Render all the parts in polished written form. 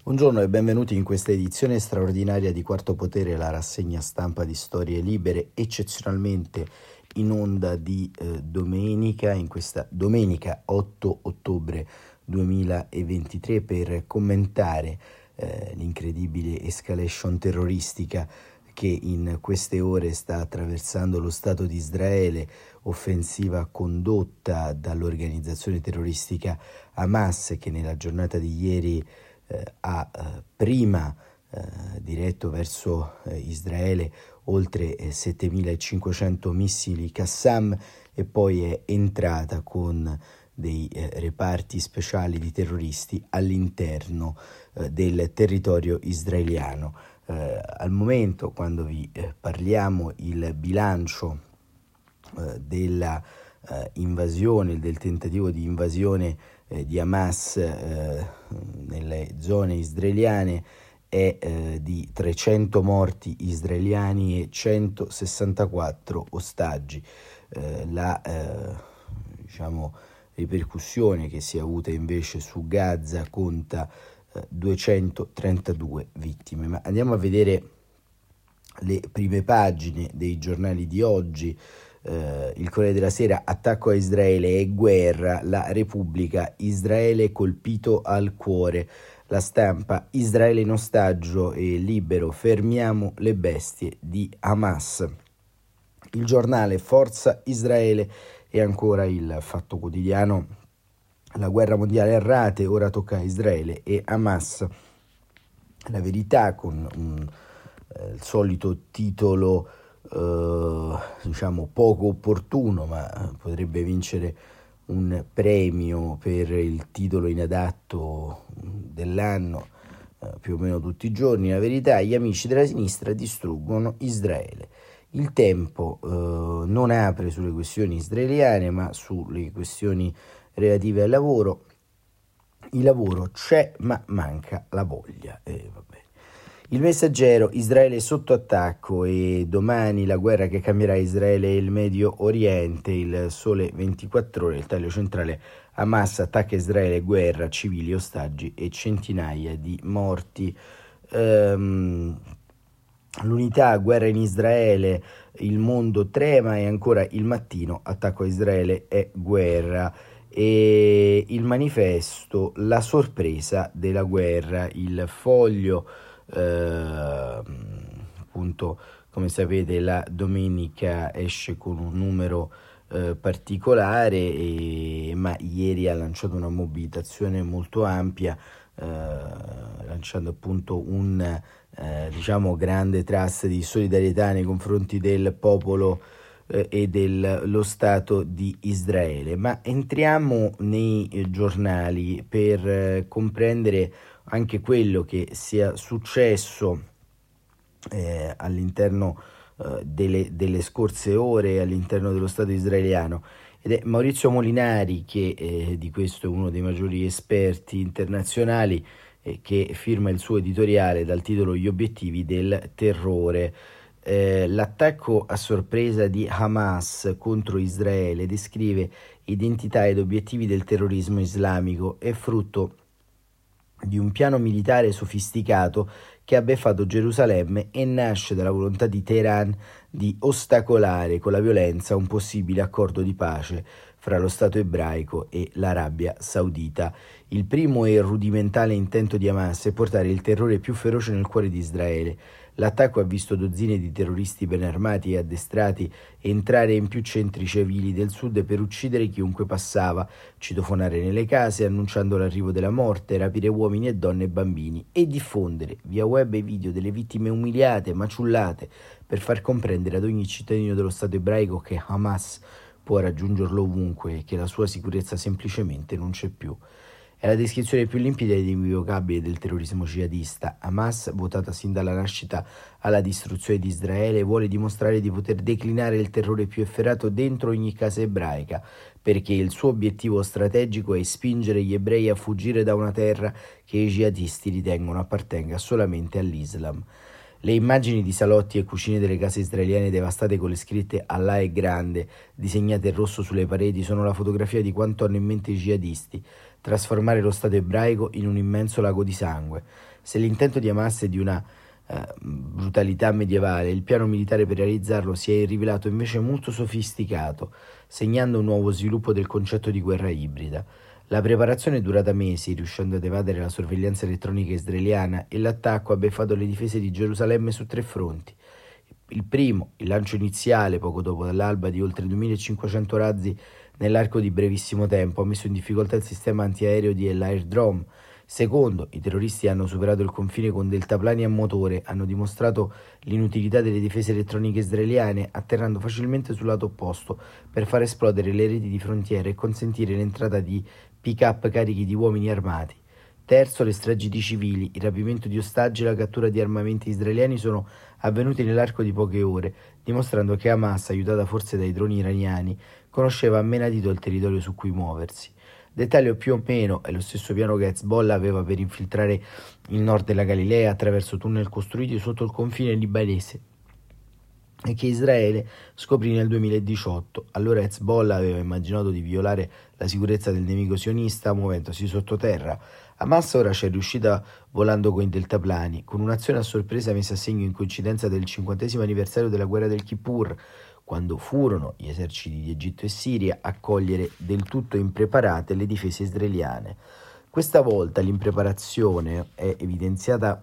Buongiorno e benvenuti in questa edizione straordinaria di Quarto Potere, la rassegna stampa di Storie Libere, eccezionalmente in onda di domenica, in questa domenica 8 ottobre 2023, per commentare l'incredibile escalation terroristica che in queste ore sta attraversando lo Stato di Israele, offensiva condotta dall'organizzazione terroristica Hamas, che nella giornata di ieri ha prima diretto verso Israele oltre 7.500 missili Qassam e poi è entrata con dei reparti speciali di terroristi all'interno del territorio israeliano. Al momento, quando vi parliamo, il bilancio della invasione, del tentativo di invasione di Hamas nelle zone israeliane è di 300 morti israeliani e 164 ostaggi. La ripercussione che si è avuta invece su Gaza conta 232 vittime. Ma andiamo a vedere le prime pagine dei giornali di oggi. Il Corriere della Sera: attacco a Israele e guerra, la Repubblica, Israele colpito al cuore. La Stampa: Israele in ostaggio e Libero, fermiamo le bestie di Hamas. Il Giornale: forza Israele. E ancora il Fatto Quotidiano: la guerra mondiale a rate, ora tocca a Israele e Hamas. La Verità, con il solito titolo poco opportuno, ma potrebbe vincere un premio per il titolo inadatto dell'anno più o meno tutti i giorni. La Verità: gli amici della sinistra distruggono Israele. Il Tempo non apre sulle questioni israeliane ma sulle questioni relative al lavoro. Il lavoro c'è ma manca la voglia. Il Messaggero: Israele sotto attacco e domani la guerra che cambierà Israele e il Medio Oriente. Il Sole 24 Ore, il taglio centrale: Hamas attacca Israele, guerra, civili, ostaggi e centinaia di morti. L'Unità: guerra in Israele, il mondo trema. E ancora Il Mattino: attacco a Israele e guerra. E il Manifesto: la sorpresa della guerra. Il Foglio, appunto, come sapete, la domenica esce con un numero particolare, ma ieri ha lanciato una mobilitazione molto ampia, lanciando appunto un grande trust di solidarietà nei confronti del popolo e dello Stato di Israele. Ma entriamo nei giornali per comprendere anche quello che sia successo all'interno delle scorse ore all'interno dello Stato israeliano. Ed è Maurizio Molinari che di questo è uno dei maggiori esperti internazionali, che firma il suo editoriale dal titolo Gli obiettivi del terrore. L'attacco a sorpresa di Hamas contro Israele descrive identità ed obiettivi del terrorismo islamico. È frutto di un piano militare sofisticato che ha beffato Gerusalemme e nasce dalla volontà di Teheran di ostacolare con la violenza un possibile accordo di pace fra lo Stato ebraico e l'Arabia Saudita. Il primo e rudimentale intento di Hamas è portare il terrore più feroce nel cuore di Israele. L'attacco ha visto dozzine di terroristi ben armati e addestrati entrare in più centri civili del sud per uccidere chiunque passava, citofonare nelle case annunciando l'arrivo della morte, rapire uomini e donne e bambini e diffondere via web e video delle vittime umiliate, maciullate, per far comprendere ad ogni cittadino dello Stato ebraico che Hamas può raggiungerlo ovunque e che la sua sicurezza semplicemente non c'è più. È la descrizione più limpida ed inequivocabile del terrorismo jihadista. Hamas, votata sin dalla nascita alla distruzione di Israele, vuole dimostrare di poter declinare il terrore più efferato dentro ogni casa ebraica, perché il suo obiettivo strategico è spingere gli ebrei a fuggire da una terra che i jihadisti ritengono appartenga solamente all'Islam. Le immagini di salotti e cucine delle case israeliane devastate con le scritte Allah è grande, disegnate in rosso sulle pareti, sono la fotografia di quanto hanno in mente i jihadisti. trasformare lo Stato ebraico in un immenso lago di sangue. Se l'intento di Hamas è di una brutalità medievale, il piano militare per realizzarlo si è rivelato invece molto sofisticato, segnando un nuovo sviluppo del concetto di guerra ibrida. La preparazione è durata mesi, riuscendo ad evadere la sorveglianza elettronica israeliana, e l'attacco ha beffato le difese di Gerusalemme su 3 fronti. Il primo, il lancio iniziale, poco dopo l'alba, di oltre 2500 razzi nell'arco di brevissimo tempo, ha messo in difficoltà il sistema antiaereo di El Air-Drom. Secondo, i terroristi hanno superato il confine con deltaplani a motore, hanno dimostrato l'inutilità delle difese elettroniche israeliane, atterrando facilmente sul lato opposto per far esplodere le reti di frontiera e consentire l'entrata di pick-up carichi di uomini armati. Terzo, le stragi di civili, il rapimento di ostaggi e la cattura di armamenti israeliani sono avvenuti nell'arco di poche ore, dimostrando che Hamas, aiutata forse dai droni iraniani, conosceva a menadito il territorio su cui muoversi. Dettaglio più o meno è lo stesso piano che Hezbollah aveva per infiltrare il nord della Galilea attraverso tunnel costruiti sotto il confine libanese e che Israele scoprì nel 2018. Allora Hezbollah aveva immaginato di violare la sicurezza del nemico sionista muovendosi sottoterra. Hamas ora ci è riuscita volando con i deltaplani, con un'azione a sorpresa messa a segno in coincidenza del 50° anniversario della guerra del Kippur, quando furono gli eserciti di Egitto e Siria a cogliere del tutto impreparate le difese israeliane. Questa volta l'impreparazione è evidenziata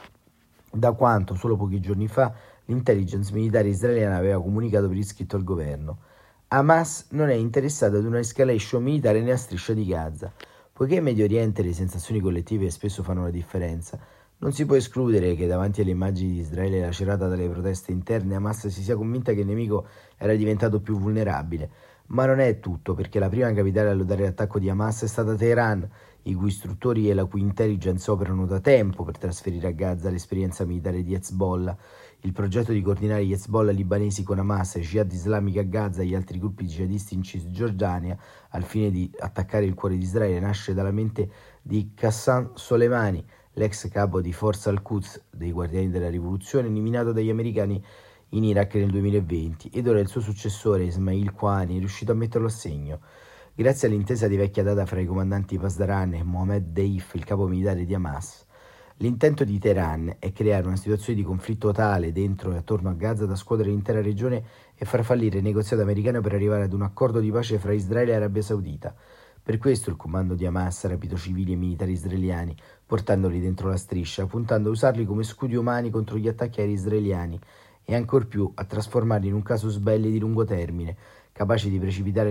da quanto solo pochi giorni fa l'intelligence militare israeliana aveva comunicato per iscritto al governo. Hamas non è interessata ad una escalation militare nella striscia di Gaza. Poiché in Medio Oriente le sensazioni collettive spesso fanno la differenza, non si può escludere che davanti alle immagini di Israele lacerata dalle proteste interne Hamas si sia convinta che il nemico era diventato più vulnerabile. Ma non è tutto, perché la prima capitale a lodare l'attacco di Hamas è stata Teheran, i cui istruttori e la cui intelligence operano da tempo per trasferire a Gaza l'esperienza militare di Hezbollah. Il progetto di coordinare gli Hezbollah libanesi con Hamas e Jihad islamica a Gaza e gli altri gruppi jihadisti in Cisgiordania al fine di attaccare il cuore di Israele nasce dalla mente di Qassem Soleimani, l'ex capo di Forza al-Quds dei Guardiani della Rivoluzione, eliminato dagli americani in Iraq nel 2020, ed ora il suo successore Ismail Qaani è riuscito a metterlo a segno. Grazie all'intesa di vecchia data fra i comandanti Pasdaran e Mohammed Deif, il capo militare di Hamas. L'intento di Teheran è creare una situazione di conflitto tale dentro e attorno a Gaza da scuotere l'intera regione e far fallire il negoziato americano per arrivare ad un accordo di pace fra Israele e Arabia Saudita. Per questo il comando di Hamas ha rapito civili e militari israeliani, portandoli dentro la striscia, puntando a usarli come scudi umani contro gli attacchi aerei israeliani e ancor più a trasformarli in un casus belli di lungo termine, capaci di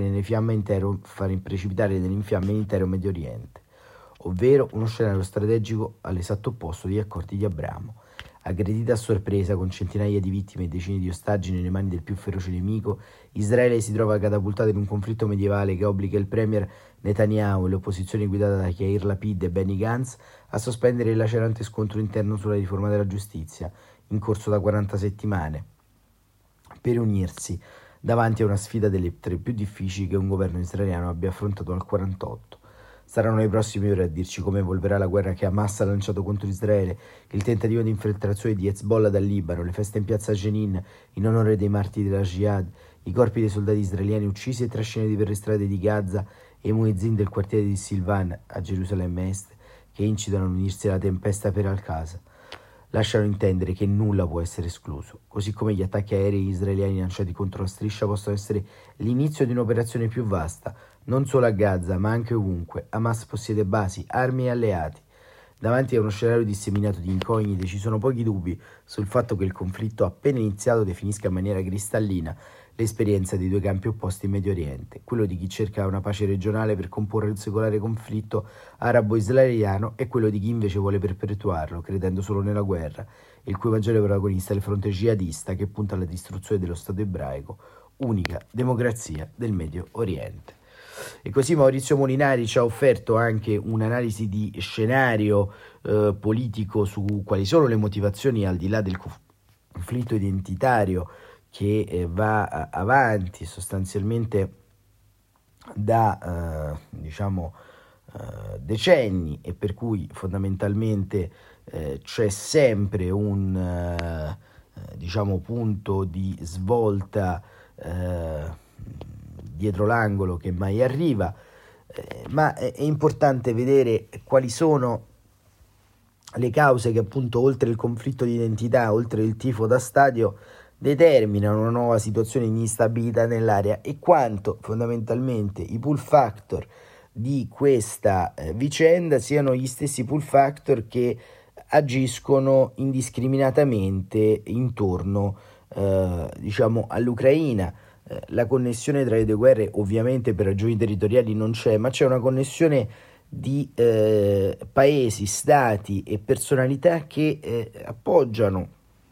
far precipitare nell'infiamme l'intero Medio Oriente, ovvero uno scenario strategico all'esatto opposto degli accordi di Abramo. Aggredita a sorpresa con centinaia di vittime e decine di ostaggi nelle mani del più feroce nemico, Israele si trova catapultato in un conflitto medievale che obbliga il premier Netanyahu e l'opposizione guidata da Yair Lapid e Benny Gantz a sospendere il lacerante scontro interno sulla riforma della giustizia, in corso da 40 settimane, per unirsi davanti a una sfida delle tre più difficili che un governo israeliano abbia affrontato dal 1948. Saranno le prossime ore a dirci come evolverà la guerra che Hamas ha lanciato contro Israele, il tentativo di infiltrazione di Hezbollah dal Libano, le feste in piazza Jenin in onore dei martiri della Jihad, i corpi dei soldati israeliani uccisi e trascinati per le strade di Gaza e i muezzin del quartiere di Silvan a Gerusalemme Est che incitano ad unirsi alla tempesta per Al-Qasa. Lasciano intendere che nulla può essere escluso, così come gli attacchi aerei israeliani lanciati contro la striscia possono essere l'inizio di un'operazione più vasta, non solo a Gaza, ma anche ovunque. Hamas possiede basi, armi e alleati. Davanti a uno scenario disseminato di incognite ci sono pochi dubbi sul fatto che il conflitto appena iniziato definisca in maniera cristallina l'esperienza dei due campi opposti in Medio Oriente, quello di chi cerca una pace regionale per comporre il secolare conflitto arabo-israeliano e quello di chi invece vuole perpetuarlo, credendo solo nella guerra, il cui maggiore protagonista è il fronte jihadista che punta alla distruzione dello Stato ebraico, unica democrazia del Medio Oriente. E così Maurizio Molinari ci ha offerto anche un'analisi di scenario politico su quali sono le motivazioni al di là del conflitto identitario che va avanti sostanzialmente da decenni e per cui fondamentalmente c'è sempre un punto di svolta dietro l'angolo che mai arriva. ma è importante vedere quali sono le cause che appunto oltre il conflitto di identità, oltre il tifo da stadio, determinano una nuova situazione di instabilità nell'area e quanto fondamentalmente i pull factor di questa vicenda siano gli stessi pull factor che agiscono indiscriminatamente intorno all'Ucraina. La connessione tra le due guerre ovviamente per ragioni territoriali non c'è, ma c'è una connessione di paesi, stati e personalità che appoggiano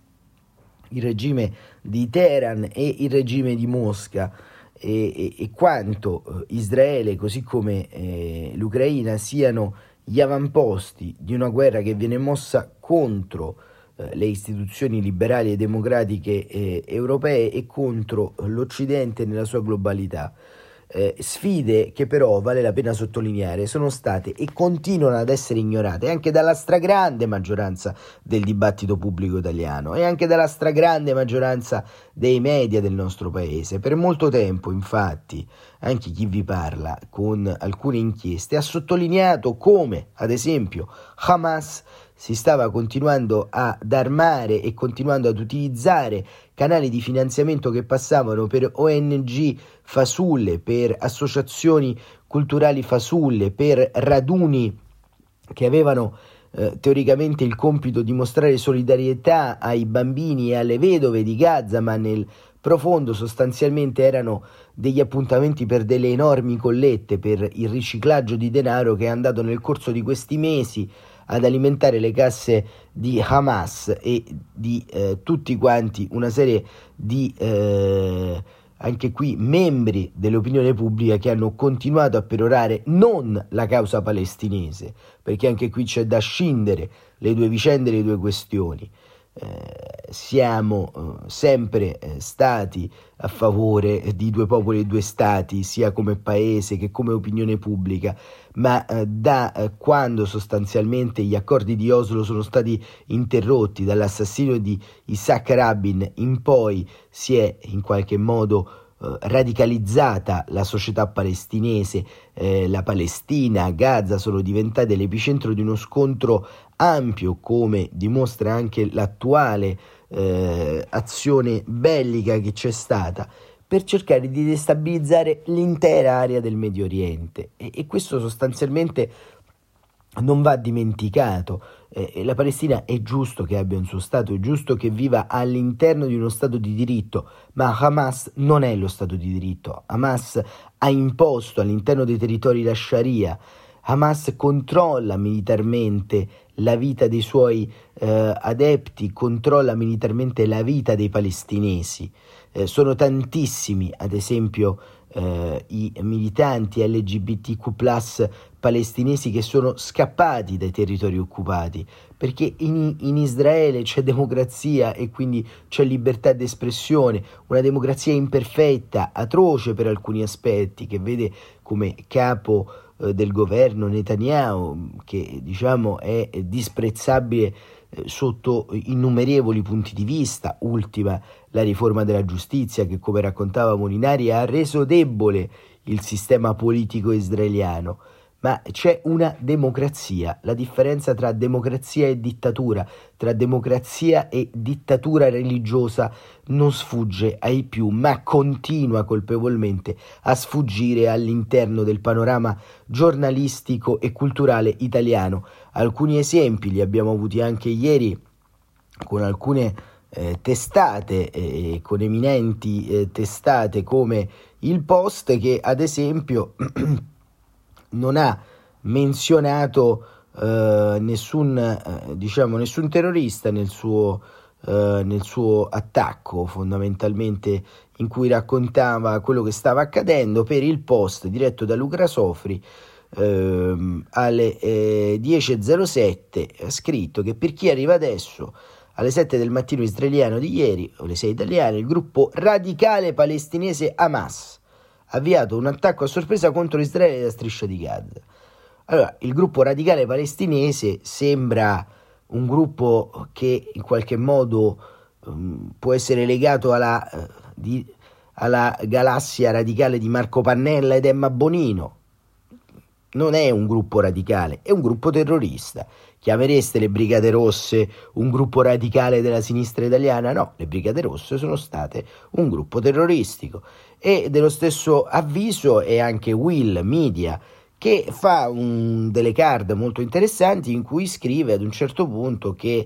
il regime di Teheran e il regime di Mosca e quanto Israele così come l'Ucraina siano gli avamposti di una guerra che viene mossa contro le istituzioni liberali e democratiche europee e contro l'Occidente nella sua globalità. Sfide che però, vale la pena sottolineare, sono state e continuano ad essere ignorate anche dalla stragrande maggioranza del dibattito pubblico italiano e anche dalla stragrande maggioranza dei media del nostro paese. Per molto tempo, infatti, anche chi vi parla con alcune inchieste ha sottolineato come, ad esempio, Hamas si stava continuando ad armare e continuando ad utilizzare canali di finanziamento che passavano per ONG fasulle, per associazioni culturali fasulle, per raduni che avevano teoricamente il compito di mostrare solidarietà ai bambini e alle vedove di Gaza, ma nel profondo sostanzialmente erano degli appuntamenti per delle enormi collette, per il riciclaggio di denaro che è andato nel corso di questi mesi ad alimentare le casse di Hamas e di tutti quanti una serie di anche qui membri dell'opinione pubblica che hanno continuato a perorare non la causa palestinese, perché anche qui c'è da scindere le due vicende, le due questioni. Siamo sempre stati a favore di due popoli e due stati, sia come paese che come opinione pubblica, ma da quando sostanzialmente gli accordi di Oslo sono stati interrotti dall'assassinio di Isaac Rabin in poi si è in qualche modo radicalizzata la società palestinese, la Palestina, Gaza sono diventate l'epicentro di uno scontro ampio, come dimostra anche l'attuale azione bellica che c'è stata per cercare di destabilizzare l'intera area del Medio Oriente e questo sostanzialmente non va dimenticato. La Palestina è giusto che abbia un suo Stato, è giusto che viva all'interno di uno Stato di diritto, ma Hamas non è lo Stato di diritto. Hamas ha imposto all'interno dei territori la Sharia. Hamas controlla militarmente la vita dei suoi adepti, controlla militarmente la vita dei palestinesi. Sono tantissimi, ad esempio, i militanti LGBTQ+ palestinesi che sono scappati dai territori occupati, perché in Israele c'è democrazia e quindi c'è libertà d'espressione, una democrazia imperfetta, atroce per alcuni aspetti, che vede come capo del governo Netanyahu, che diciamo è disprezzabile sotto innumerevoli punti di vista, ultima la riforma della giustizia che, come raccontava Molinari, ha reso debole il sistema politico israeliano. Ma c'è una democrazia, la differenza tra democrazia e dittatura, tra democrazia e dittatura religiosa non sfugge ai più, ma continua colpevolmente a sfuggire all'interno del panorama giornalistico e culturale italiano. Alcuni esempi li abbiamo avuti anche ieri con alcune testate, con eminenti testate come il Post, che ad esempio non ha menzionato nessun terrorista nel suo attacco, fondamentalmente, in cui raccontava quello che stava accadendo. Per il Post diretto da Luca Sofri alle 10.07 ha scritto che per chi arriva adesso alle 7 del mattino israeliano di ieri, o le 6 italiane, il gruppo radicale palestinese Hamas ha avviato un attacco a sorpresa contro Israele da striscia di Gaza. Allora, il gruppo radicale palestinese sembra un gruppo che in qualche modo può essere legato alla galassia radicale di Marco Pannella ed Emma Bonino. non è un gruppo radicale, è un gruppo terrorista. Chiamereste le Brigate Rosse un gruppo radicale della sinistra italiana? No, le Brigate Rosse sono state un gruppo terroristico. E dello stesso avviso è anche Will Media, che fa delle card molto interessanti in cui scrive ad un certo punto che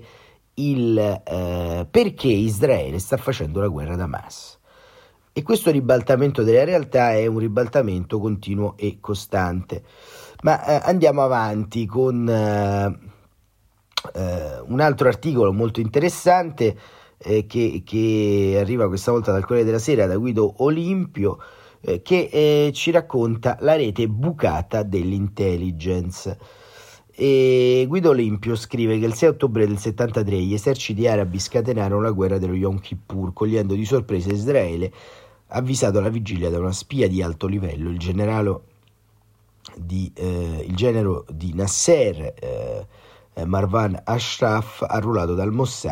perché Israele sta facendo la guerra ad Hamas. E questo ribaltamento della realtà è un ribaltamento continuo e costante. Ma andiamo avanti con un altro articolo molto interessante che arriva questa volta dal Corriere della Sera, da Guido Olimpio, che ci racconta la rete bucata dell'intelligence. E Guido Olimpio scrive che il 6 ottobre del 73 gli eserciti arabi scatenarono la guerra dello Yom Kippur, cogliendo di sorpresa Israele, avvisato alla vigilia da una spia di alto livello, il genero di Nasser Marwan Ashraf, arruolato dal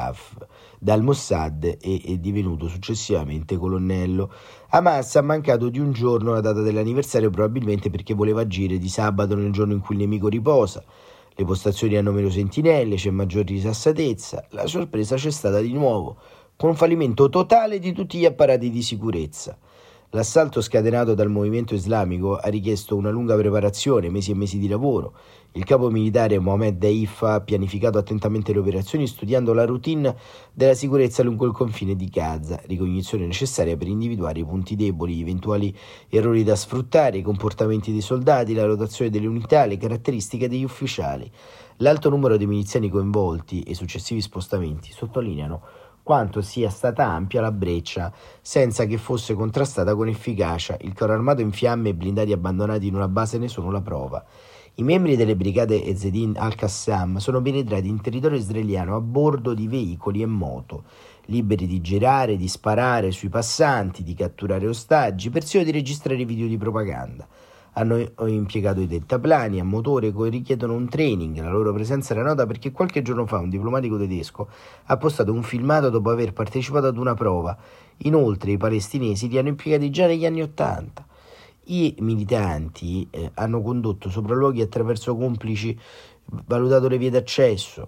Mossad e è divenuto successivamente colonnello. Hamas ha mancato di un giorno la data dell'anniversario, probabilmente perché voleva agire di sabato nel giorno in cui il nemico riposa. Le postazioni hanno meno sentinelle, c'è maggior risassatezza. La sorpresa c'è stata di nuovo, con un fallimento totale di tutti gli apparati di sicurezza. L'assalto scatenato dal movimento islamico ha richiesto una lunga preparazione, mesi e mesi di lavoro. Il capo militare Mohammed Deif ha pianificato attentamente le operazioni studiando la routine della sicurezza lungo il confine di Gaza, ricognizione necessaria per individuare i punti deboli, gli eventuali errori da sfruttare, i comportamenti dei soldati, la rotazione delle unità, le caratteristiche degli ufficiali. L'alto numero dei miliziani coinvolti e i successivi spostamenti sottolineano quanto sia stata ampia la breccia senza che fosse contrastata con efficacia. Il carro armato in fiamme e blindati abbandonati in una base ne sono la prova. I membri delle brigate Ezzedin al-Qassam sono penetrati in territorio israeliano a bordo di veicoli e moto, liberi di girare, di sparare sui passanti, di catturare ostaggi, persino di registrare video di propaganda. Hanno impiegato i deltaplani a motore che richiedono un training. La loro presenza era nota perché qualche giorno fa un diplomatico tedesco ha postato un filmato dopo aver partecipato ad una prova. Inoltre i palestinesi li hanno impiegati già negli anni '80. I militanti hanno condotto sopralluoghi attraverso complici, valutato le vie d'accesso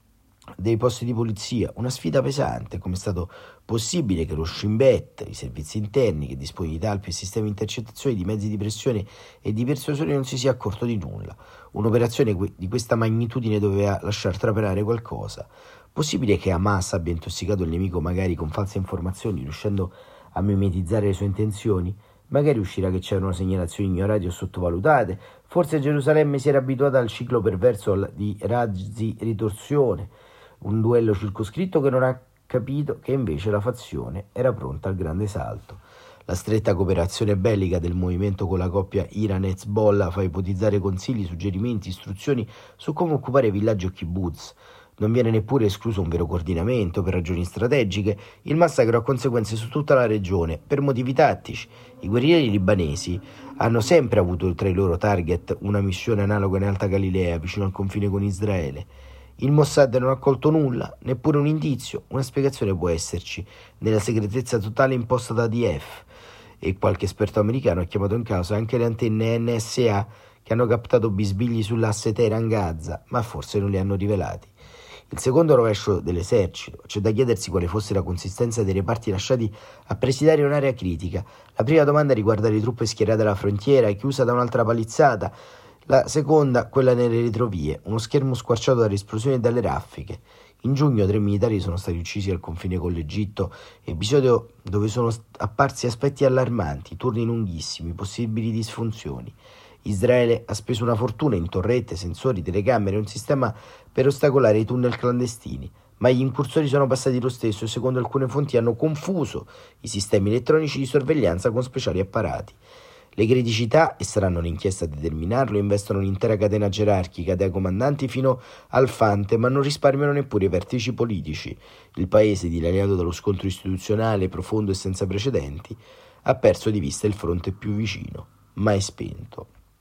dei posti di polizia, una sfida pesante. Come è stato possibile che lo Shin Bet, i servizi interni che dispone di talpi e sistemi di intercettazione, di mezzi di pressione e di persuasione, non si sia accorto di nulla? Un'operazione di questa magnitudine doveva lasciar trapelare qualcosa. Possibile che Hamas abbia intossicato il nemico magari con false informazioni, riuscendo a mimetizzare le sue intenzioni? Magari uscirà che c'erano segnalazioni ignorate o sottovalutate. Forse Gerusalemme si era abituata al ciclo perverso di razzi ritorsione, un duello circoscritto che non ha capito che invece la fazione era pronta al grande salto. La stretta cooperazione bellica del movimento con la coppia Iran-Hezbollah fa ipotizzare consigli, suggerimenti, istruzioni su come occupare villaggi o kibbutz. Non viene neppure escluso un vero coordinamento per ragioni strategiche. Il massacro ha conseguenze su tutta la regione per motivi tattici. I guerrieri libanesi hanno sempre avuto tra i loro target una missione analoga in Alta Galilea, vicino al confine con Israele. Il Mossad non ha colto nulla, neppure un indizio. Una spiegazione può esserci nella segretezza totale imposta da ADF, e qualche esperto americano ha chiamato in causa anche le antenne NSA che hanno captato bisbigli sull'asse Teheran-Gaza, ma forse non li hanno rivelati. Il secondo rovescio dell'esercito. C'è da chiedersi quale fosse la consistenza dei reparti lasciati a presidiare un'area critica. La prima domanda riguarda le truppe schierate alla frontiera, chiusa da un'altra palizzata. La seconda, quella nelle retrovie, uno schermo squarciato dalle esplosioni e dalle raffiche. In giugno 3 militari sono stati uccisi al confine con l'Egitto, episodio dove sono apparsi aspetti allarmanti, turni lunghissimi, possibili disfunzioni. Israele ha speso una fortuna in torrette, sensori, telecamere e un sistema per ostacolare i tunnel clandestini, ma gli incursori sono passati lo stesso e secondo alcune fonti hanno confuso i sistemi elettronici di sorveglianza con speciali apparati. Le criticità, e saranno l'inchiesta a determinarlo, investono l'intera catena gerarchica, dai comandanti fino al fante, ma non risparmiano neppure i vertici politici. Il paese, dilaniato dallo scontro istituzionale profondo e senza precedenti, ha perso di vista il fronte più vicino, mai spento.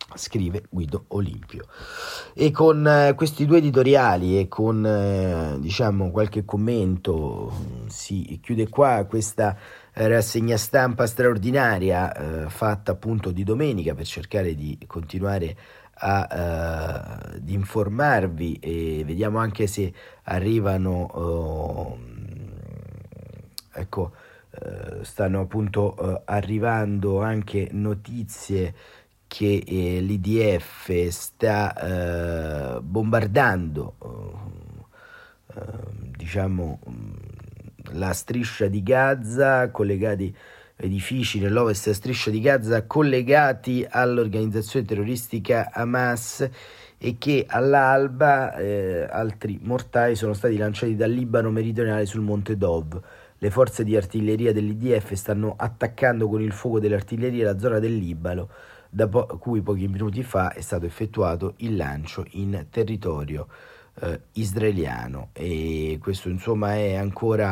scrive Guido Olimpio. E con questi due editoriali e con diciamo qualche commento si chiude qua questa rassegna stampa straordinaria fatta appunto di domenica per cercare di continuare di informarvi, e vediamo anche se arrivano ecco stanno appunto arrivando anche notizie che l'IDF sta bombardando diciamo la striscia di Gaza, collegati edifici nell'ovest striscia di Gaza collegati all'organizzazione terroristica Hamas, e che all'alba altri mortai sono stati lanciati dal Libano meridionale sul monte Dov. Le forze di artiglieria dell'IDF stanno attaccando con il fuoco dell'artiglieria la zona del Libano, da cui pochi minuti fa è stato effettuato il lancio in territorio israeliano. E questo insomma è ancora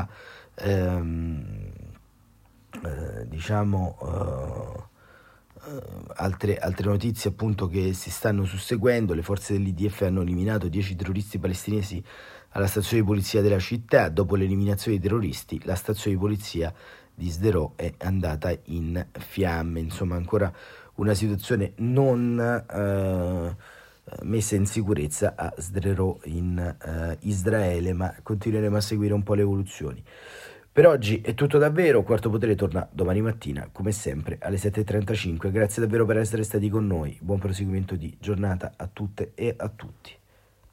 diciamo altre notizie appunto che si stanno susseguendo. Le forze dell'IDF hanno eliminato 10 terroristi palestinesi alla stazione di polizia della città. Dopo l'eliminazione dei terroristi, la stazione di polizia di Sderot è andata in fiamme. Insomma, ancora una situazione non messa in sicurezza a Sderot in Israele, ma continueremo a seguire un po' le evoluzioni. Per oggi è tutto davvero. Quarto Potere torna domani mattina, come sempre, alle 7:35. Grazie davvero per essere stati con noi. Buon proseguimento di giornata a tutte e a tutti.